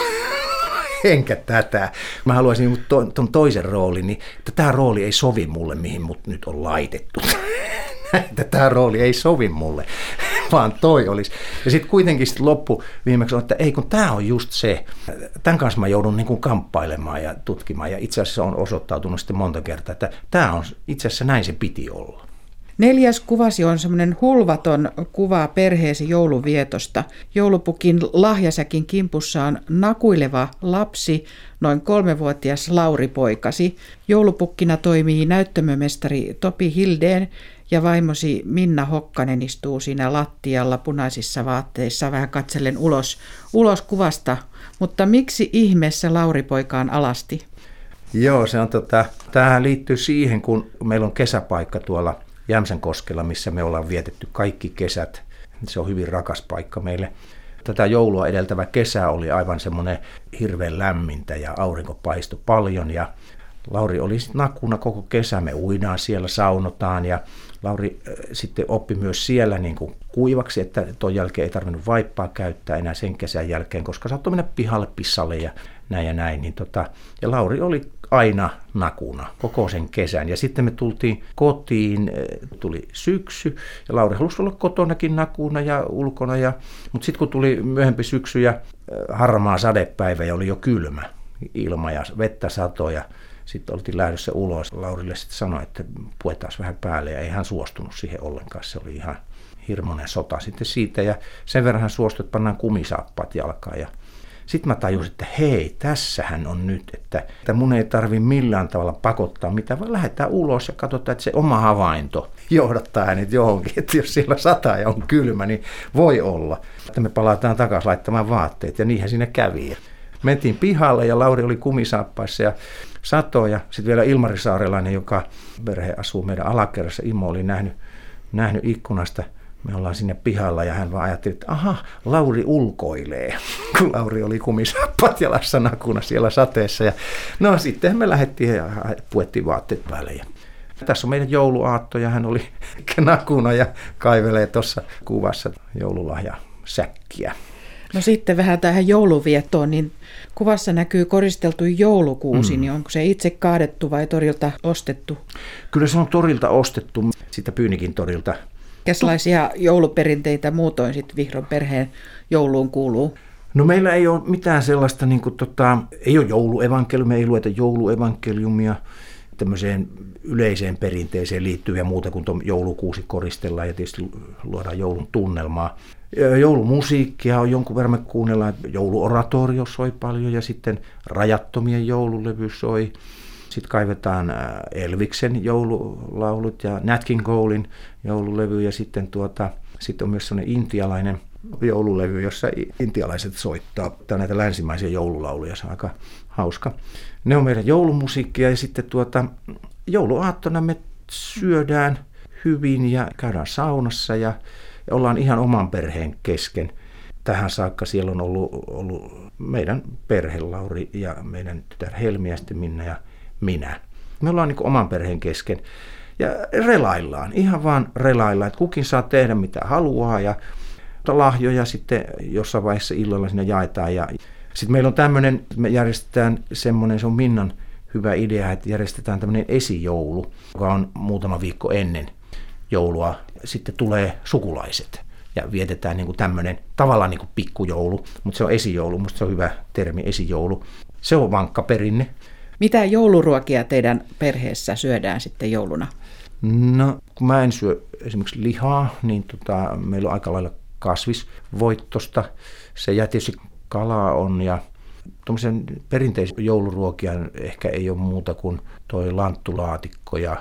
Enkä tätä. Mä haluaisin ton toisen roolin, niin että tämä rooli ei sovi mulle, mihin mut nyt on laitettu. Että tämä rooli ei sovi mulle, vaan toi olisi. Ja sitten kuitenkin loppu viimeksi on, että ei kun tämä on just se. Tämän kanssa mä joudun niin kuin kamppailemaan ja tutkimaan. Ja itse asiassa on osoittautunut sitten monta kertaa, että tämä on itse asiassa näin se piti olla. 4. kuvasi on semmoinen hulvaton kuva perheesi jouluvietosta. Joulupukin lahjasäkin kimpussa on nakuileva lapsi, noin 3-vuotias Lauri-poikasi. Joulupukkina toimii näyttämömestari Topi Hildén ja vaimosi Minna Hokkanen istuu siinä lattialla punaisissa vaatteissa vähän katsellen ulos kuvasta. Mutta miksi ihmeessä Lauri-poika on alasti? Joo, se on tämähän liittyy siihen, kun meillä on kesäpaikka tuolla Jämsänkoskella, missä me ollaan vietetty kaikki kesät. Se on hyvin rakas paikka meille. tätä joulua edeltävä kesä oli aivan semmoinen hirveän lämmintä ja aurinko paistoi paljon ja Lauri oli sitten nakuna koko kesä, me uidaan siellä, saunotaan ja Lauri sitten oppi myös siellä niin kuin kuivaksi, että tuon jälkeen ei tarvinnut vaippaa käyttää enää sen kesän jälkeen, koska saattoi mennä pihalle pissalle ja näin. Niin ja Lauri oli aina nakuna koko sen kesän. Ja sitten me tultiin kotiin, tuli syksy ja Lauri halusi olla kotonakin nakuna ja ulkona. Mutta sitten kun tuli myöhempi syksy ja harmaa sadepäivä ja oli jo kylmä ilma ja vettä satoi ja sitten oltiin lähdössä ulos. Laurille sitten sanoi, että puetaan vähän päälle ja ei hän suostunut siihen ollenkaan. Se oli ihan hirmoinen sota sitten siitä ja sen verran hän suostui, että pannaan kumisaappaat jalkaan. Sitten mä tajusin, että hei, tässähän on nyt, että mun ei tarvi millään tavalla pakottaa mitään, vaan lähdetään ulos ja katsotaan, että se oma havainto johdattaa hänet johonkin. Että jos siellä sataa ja on kylmä, niin voi olla, että me palataan takaisin laittamaan vaatteet ja niinhän siinä kävi. Mentiin pihalle ja Lauri oli kumisaappaissa ja satoi ja sitten vielä Ilmari Saarelainen, joka perhe asuu meidän alakerrassa, Immo oli nähnyt ikkunasta. Me ollaan sinne pihalla ja hän vaan ajatteli, että aha, Lauri ulkoilee, kun Lauri oli kumisaappaat jalassa nakuna siellä sateessa. Ja no sitten me lähdettiin ja puettiin vaatteet päälle. Ja tässä on meidän jouluaatto ja hän oli nakuna ja kaivelee tuossa kuvassa joululahjasäkkiä. No sitten vähän tähän jouluviettoon, niin kuvassa näkyy koristeltu joulukuusi, niin onko se itse kaadettu vai torilta ostettu? Kyllä se on torilta ostettu, siitä Pyynikin torilta. Minkälaisia jouluperinteitä muutoin sitten Vihron perheen jouluun kuuluu? No meillä ei ole mitään sellaista, niin kuin ei ole jouluevankeliumia, ei lueta jouluevankeliumia, tämmöiseen yleiseen perinteeseen liittyviä muuta kuin joulukuusi koristellaan ja tietysti luodaan joulun tunnelmaa. Joulumusiikkia on jonkun verran, me kuunnellaan, jouluoratorio soi paljon ja sitten Rajattomien joululevy soi. Sitten kaivetaan Elviksen joululaulut ja Nat King Colein joululevy ja sitten on myös sellainen intialainen joululevy, jossa intialaiset soittaa näitä länsimaisia joululauluja, se on aika hauska. Ne on meidän joulumusiikkia ja sitten jouluaattona me syödään hyvin ja käydään saunassa ja ollaan ihan oman perheen kesken. Tähän saakka siellä on ollut meidän perhe, Lauri ja meidän tytär Helmi ja sitten Minna ja minä. Me ollaan niin oman perheen kesken ja relaillaan, ihan vaan relaillaan, että kukin saa tehdä mitä haluaa ja lahjoja sitten jossain vaiheessa illalla siinä jaetaan. Ja sitten meillä on tämmöinen, me järjestetään semmoinen, se on Minnan hyvä idea, että järjestetään tämmöinen esijoulu, joka on muutama viikko ennen joulua. Sitten tulee sukulaiset ja vietetään niin kuin tämmöinen tavallaan niin kuin pikkujoulu, mutta se on esijoulu, musta se on hyvä termi esijoulu. Se on vankka perinne. Mitä jouluruokia teidän perheessä syödään sitten jouluna? No, kun mä en syö esimerkiksi lihaa, niin meillä on aika lailla kasvisvoittosta. Se ja tietysti kalaa on ja tuommoisen perinteisen jouluruokia ehkä ei ole muuta kuin toi lanttulaatikko ja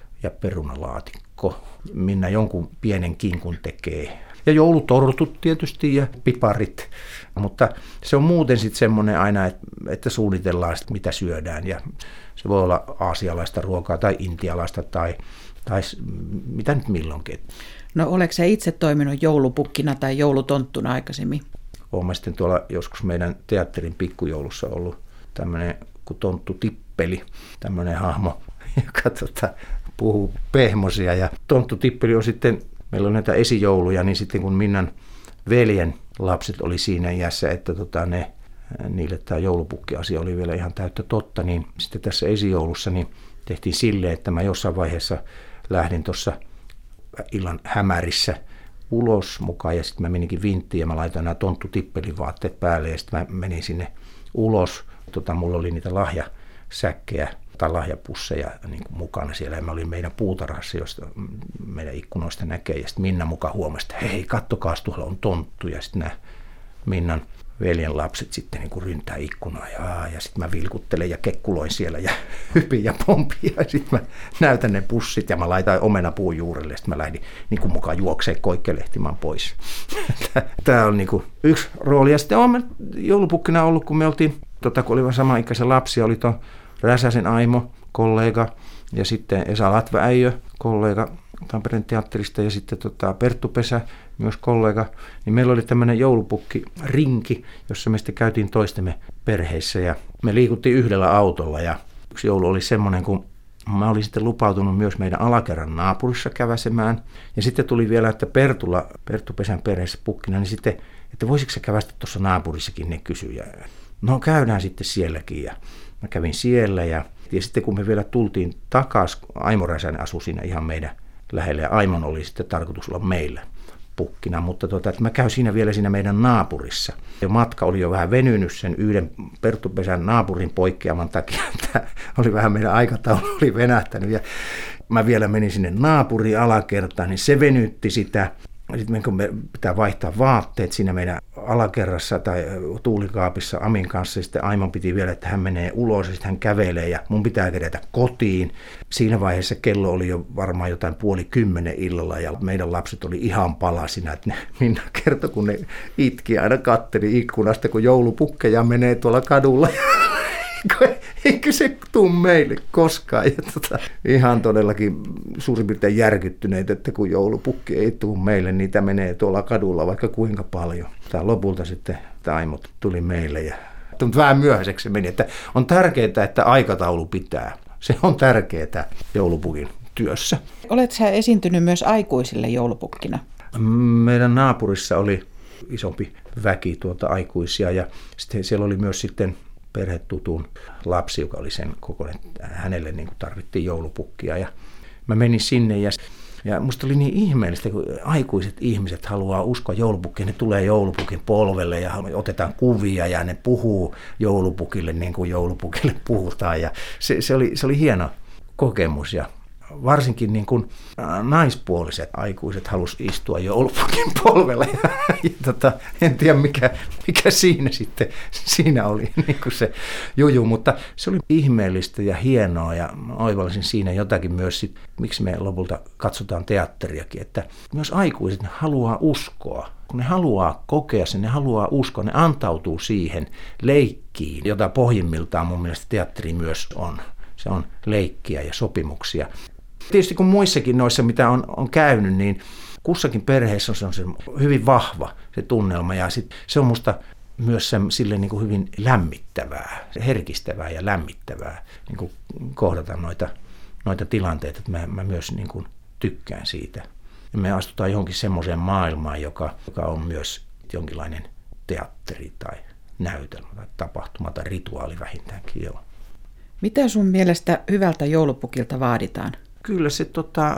perunalaatikko. Minna jonkun pienen kinkun tekee. Ja joulutortut tietysti ja piparit, mutta se on muuten sitten semmoinen aina, että suunnitellaan sit, mitä syödään ja se voi olla aasialaista ruokaa tai intialaista tai mitä nyt milloinkin. No oletko sä itse toiminut joulupukkina tai joulutonttuna aikaisemmin? Olen sitten tuolla joskus meidän teatterin pikkujoulussa ollut tämmöinen kuin Tonttu Tippeli, tämmöinen hahmo, joka puhuu pehmosia ja Tonttu Tippeli on sitten, meillä on näitä esijouluja, niin sitten kun Minnan veljen lapset oli siinä iässä, että niille tämä joulupukki-asia oli vielä ihan täyttä totta, niin sitten tässä esijoulussa niin tehtiin silleen, että mä jossain vaiheessa lähdin tuossa illan hämärissä ulos mukaan ja sitten mä meninkin vinttiin ja mä laitoin nämä Tonttu Tippelin vaatteet päälle ja sitten mä menin sinne ulos. Mulla oli niitä lahjasäkkejä tai lahjapusseja niin kuin mukana siellä ja mä olin meidän puutarhassa, josta meidän ikkunoista näkee ja sitten Minna mukaan huomasi, että hei kattokaas tuolla on tonttu ja sitten nämä Minnan veljen lapset sitten niin kuin ryntää ikkunaa ja sitten mä vilkuttelen ja kekkuloin siellä ja hypin ja pompin ja sitten mä näytän ne pussit ja mä laitan omenapuun juurelle ja sitten mä lähdin niin kuin mukaan juokseen koikkelehtimaan pois. Tämä on niin kuin yksi rooli ja sitten olen joulupukkina ollut, kun me oltiin, kun oli samanikäisen lapsia, oli tuon Räsäsen Aimo, kollega, ja sitten Esa Latvääijö, kollega Tampereen teatterista ja sitten Perttu Pesä, myös kollega, niin meillä oli tämmöinen joulupukkirinki, jossa me sitten käytiin toistemme perheissä ja me liikuttiin yhdellä autolla ja yksi joulu oli semmoinen, kun mä olin sitten lupautunut myös meidän alakerran naapurissa käväsemään ja sitten tuli vielä, että Perttu Pesän perheessä pukkina, niin sitten, että voisiko se kävästä tuossa naapurissakin, ne kysyi. No käydään sitten sielläkin ja mä kävin siellä ja sitten kun me vielä tultiin takaisin, Aimo Räsänen asui siinä ihan meidän lähellä ja Aimon oli sitten tarkoitus olla meillä pukkina, mutta että mä käyn siinä meidän naapurissa. Ja matka oli jo vähän venynyt sen yhden Perttu Pesän naapurin poikkeaman takia, että oli vähän meidän aikataulu oli venähtänyt ja mä vielä menin sinne naapurin alakertaan, niin se venytti sitä. Sitten kun me pitää vaihtaa vaatteet siinä meidän alakerrassa tai tuulikaapissa Amin kanssa, sitten Aimon piti vielä, että hän menee ulos ja sitten hän kävelee ja mun pitää kerätä kotiin. Siinä vaiheessa kello oli jo varmaan jotain 9:30 illalla ja meidän lapset oli ihan palasina, että Minna kertoi, kun ne itki aina katteli ikkunasta, kun joulupukkeja menee tuolla kadulla. Eikö se tule meille koskaan? Ja ihan todellakin suurin piirtein järkyttyneet, että kun joulupukki ei tule meille, niitä menee tuolla kadulla vaikka kuinka paljon. Lopulta sitten Aimot tuli meille ja vähän myöhäiseksi se meni, että on tärkeää, että aikataulu pitää. Se on tärkeää joulupukin työssä. Olet sä esiintynyt myös aikuisille joulupukkina? Meidän naapurissa oli isompi väki aikuisia ja sitten siellä oli myös sitten perhetutun lapsi, joka oli sen kokoinen, hänelle niin kuin tarvittiin joulupukkia ja mä menin sinne ja musta oli niin ihmeellistä, kun aikuiset ihmiset haluaa uskoa joulupukkiin, ne tulee joulupukin polvelle ja otetaan kuvia ja ne puhuu joulupukille niin kuin joulupukille puhutaan ja se oli hieno kokemus ja varsinkin niin kuin naispuoliset aikuiset halusi istua joulupukin polvella ja en tiedä mikä siinä oli niin kuin se juju, mutta se oli ihmeellistä ja hienoa ja oivallisin siinä jotakin myös, miksi me lopulta katsotaan teatteriakin, että myös aikuiset haluaa uskoa, kun ne haluaa kokea sen, ne haluaa uskoa, ne antautuu siihen leikkiin, jota pohjimmiltaan mun mielestä teatteri myös on. Se on leikkiä ja sopimuksia. Tietysti kun muissakin noissa, mitä on käynyt, niin kussakin perheessä on se hyvin vahva se tunnelma ja se on musta myös sille niin kuin hyvin lämmittävää, herkistävää ja lämmittävää niin kuin kohdata noita tilanteita, että mä myös niin kuin tykkään siitä. Ja me astutaan johonkin semmoiseen maailmaan, joka on myös jonkinlainen teatteri tai näytelmä tai tapahtuma tai rituaali vähintäänkin jo. Mitä sun mielestä hyvältä joulupukilta vaaditaan? Kyllä se,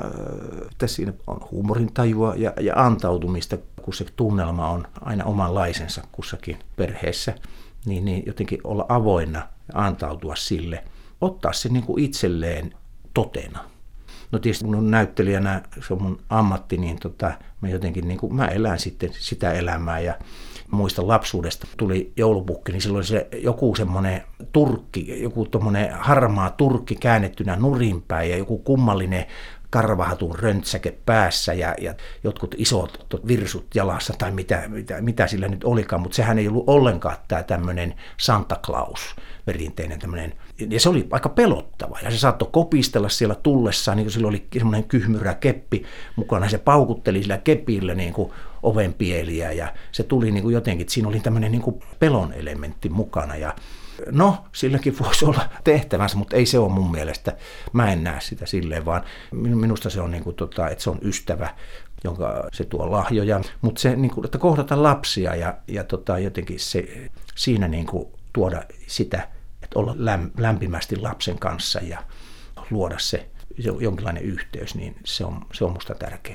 että siinä on huumorintajua ja antautumista, kun se tunnelma on aina omanlaisensa kussakin perheessä, niin jotenkin olla avoinna ja antautua sille, ottaa se niin kuin itselleen totena. No tietysti minun näyttelijänä, se on mun ammatti, niin mä jotenkin niin kuin, mä elän sitten sitä elämää ja muistan lapsuudesta tuli joulupukki, niin silloin se joku semmoinen turkki, joku tommoinen harmaa turkki käännettynä nurinpäin ja joku kummallinen karvahatun röntsäke päässä ja jotkut isot virsut jalassa tai mitä sillä nyt olikaan, mutta sehän ei ollut ollenkaan tämä tämmöinen Santa Claus, perinteinen tämmöinen. Ja se oli aika pelottava ja se saattoi kopistella siellä tullessaan, niin kuin sillä oli semmoinen kyhmyrä keppi mukana, se paukutteli sillä kepillä niin kuin ovenpieliä ja se tuli niin kuin jotenkin, että siinä oli tämmöinen niin kuin pelon elementti mukana ja no, silläkin voisi olla tehtävänsä, mutta ei se ole mun mielestä. Mä en näe sitä silleen, vaan minusta se on, niin kuin, että se on ystävä, jonka se tuo lahjoja. Mutta se, niin kuin, että kohdata lapsia ja jotenkin se, siinä niin kuin, tuoda sitä, että olla lämpimästi lapsen kanssa ja luoda se jonkinlainen yhteys, niin se on musta tärkeää.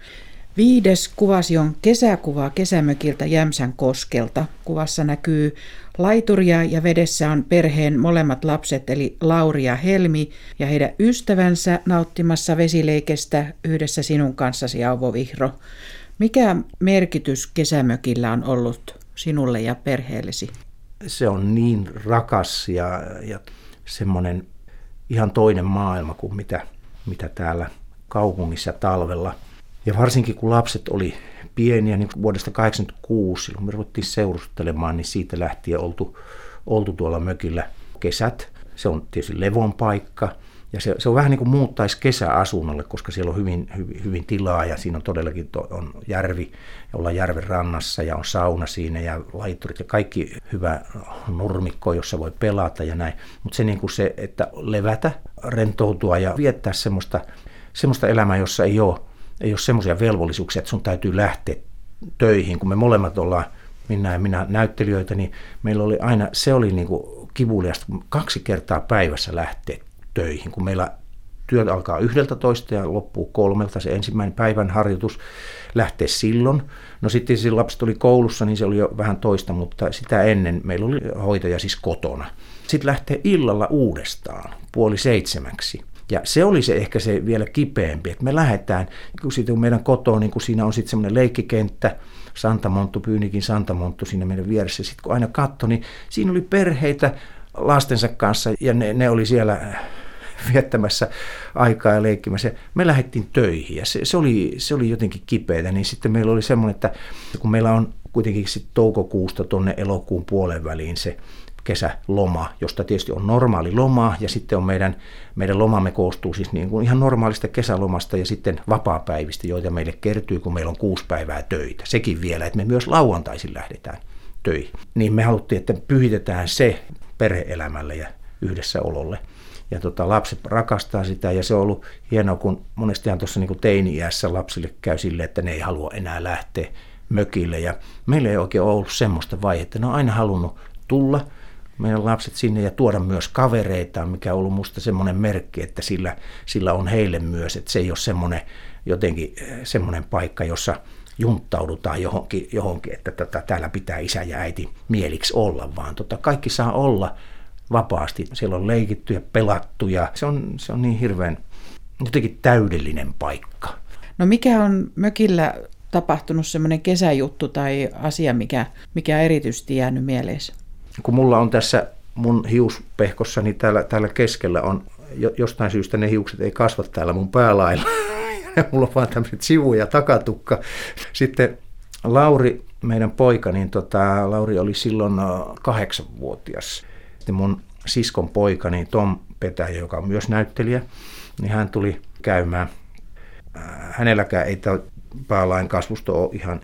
5. kuvasi on kesäkuva kesämökiltä Jämsän koskelta. Kuvassa näkyy laituria ja vedessä on perheen molemmat lapset eli Lauri ja Helmi ja heidän ystävänsä nauttimassa vesileikestä yhdessä sinun kanssasi Auvo Vihro. Mikä merkitys kesämökillä on ollut sinulle ja perheellesi? Se on niin rakas ja semmoinen ihan toinen maailma kuin mitä täällä kaupungissa talvella. Ja varsinkin kun lapset oli pieniä, niin vuodesta 1986, silloin me ruvettiin seurustelemaan, niin siitä lähtien oltu tuolla mökillä kesät. Se on tietysti levon paikka Ja se on vähän niin kuin muuttaisi kesäasunnolle, koska siellä on hyvin tilaa ja siinä on todellakin on järvi, ja ollaan järven rannassa ja on sauna siinä ja laiturit ja kaikki hyvä nurmikko, jossa voi pelata ja näin. Mutta se, niin kuin se, että levätä, rentoutua ja viettää semmoista elämää, jossa ei ole semmoisia velvollisuuksia, että sun täytyy lähteä töihin. Kun me molemmat ollaan, minä näyttelijöitä, niin meillä oli aina, se oli niin kuin kivuliasta 2 kertaa päivässä lähteä töihin, kun meillä työt alkaa 11 ja loppuu 3, se ensimmäinen päivän harjoitus lähtee silloin. No sitten kun lapset oli koulussa, niin se oli jo vähän toista, mutta sitä ennen meillä oli hoitaja siis kotona. Sitten lähtee illalla uudestaan, 6:30. Ja se oli se ehkä se vielä kipeämpi, että me lähdetään, kun siitä meidän kotoa, niin kun siinä on sitten semmoinen leikkikenttä, Pyynikin Santamonttu siinä meidän vieressä. Sitten kun aina katsoi, niin siinä oli perheitä lastensa kanssa ja ne oli siellä viettämässä aikaa ja leikkimässä. Me lähdettiin töihin ja se oli jotenkin kipeätä, niin sitten meillä oli semmoinen, että kun meillä on kuitenkin sitten toukokuusta tuonne elokuun puolen väliin se kesäloma, josta tietysti on normaali loma ja sitten on meidän lomamme koostuu siis niin kuin ihan normaalista kesälomasta ja sitten vapaapäivistä, joita meille kertyy, kun meillä on 6 päivää töitä. Sekin vielä, että me myös lauantaisin lähdetään töihin. Niin me haluttiin, että pyhitetään se perhe-elämälle ja yhdessäololle. Ja lapset rakastaa sitä ja se on ollut hienoa, kun monestihan tuossa niin kuin teini-iässä lapsille käy silleen, että ne ei halua enää lähteä mökille. Ja meillä ei oikein ollut semmoista vaihetta. Ne on aina halunnut tulla meidän lapset sinne ja tuoda myös kavereita, mikä on ollut musta semmoinen merkki, että sillä on heille myös, että se ei ole semmoinen jotenkin semmoinen paikka, jossa junttaudutaan johonkin että täällä pitää isä ja äiti mieliksi olla, vaan kaikki saa olla vapaasti. Siellä on leikitty ja pelattu ja se on niin hirveän jotenkin täydellinen paikka. No mikä on mökillä tapahtunut semmoinen kesäjuttu tai asia, mikä erityisesti jäänyt mieleesi? Kun mulla on tässä mun hiuspehkossani täällä keskellä on jostain syystä ne hiukset ei kasva täällä mun päälailla. Mulla on vaan tämmöiset sivu- ja takatukka. Sitten Lauri, meidän poika, niin Lauri oli silloin 8-vuotias. Sitten mun siskon poika, niin Tom Petäjä, joka on myös näyttelijä, niin hän tuli käymään. Hänelläkään ei tämä päälain kasvusto ole ihan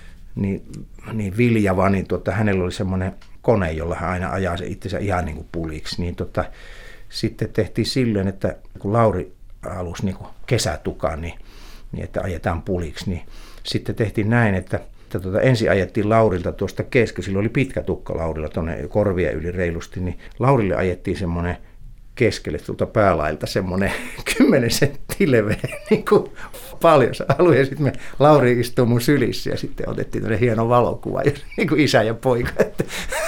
niin viljava, niin hänellä oli semmoinen kone, jolla hän aina ajaa se itsensä ihan niin kuin puliksi. Niin sitten tehtiin silleen, että kun Lauri halusi niin kuin kesätukaan, niin että ajetaan puliksi, niin sitten tehtiin näin, että ensin ajettiin Laurilta tuosta kesken, sillä oli pitkä tukka Laurilla tuonne korvia yli reilusti, niin Laurille ajettiin semmoinen keskelle tuolta päälailta semmoinen 10 senttiä leveä niin kuin paljas alue. Ja sitten me Lauri istuu mun sylissä ja sitten otettiin tämmöinen hieno valokuva, niin kuin isä ja poika. Että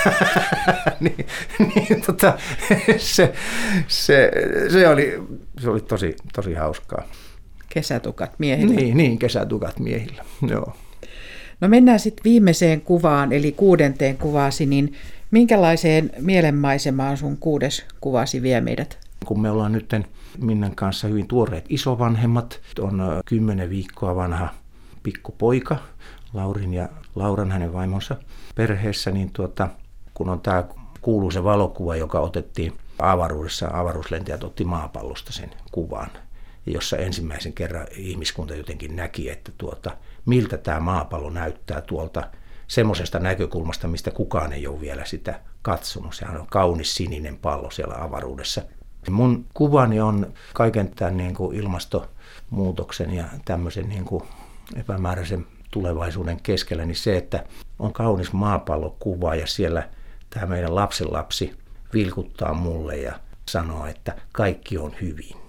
se oli tosi hauskaa. Kesätukat miehillä. Niin, kesätukat miehillä, joo. No mennään sitten viimeiseen kuvaan, eli 6. kuvaasi, niin minkälaiseen mielenmaisemaan sun 6. kuvasi vie meidät? Kun me ollaan nyt Minnan kanssa hyvin tuoreet isovanhemmat, on 10 viikkoa vanha pikkupoika, Laurin ja Lauran hänen vaimonsa perheessä, niin kun on tämä kuuluisa valokuva, joka otettiin avaruudessa, avaruuslentäjät otti maapallosta sen kuvan, jossa ensimmäisen kerran ihmiskunta jotenkin näki, että miltä tämä maapallo näyttää tuolta semmoisesta näkökulmasta, mistä kukaan ei ole vielä sitä katsonut. Sehän on kaunis sininen pallo siellä avaruudessa. Mun kuvani on kaiken tämän niin kuin ilmastonmuutoksen ja tämmöisen niin kuin epämääräisen tulevaisuuden keskellä, niin se, että on kaunis maapallokuva ja siellä tämä meidän lapsenlapsi vilkuttaa mulle ja sanoo, että kaikki on hyvin.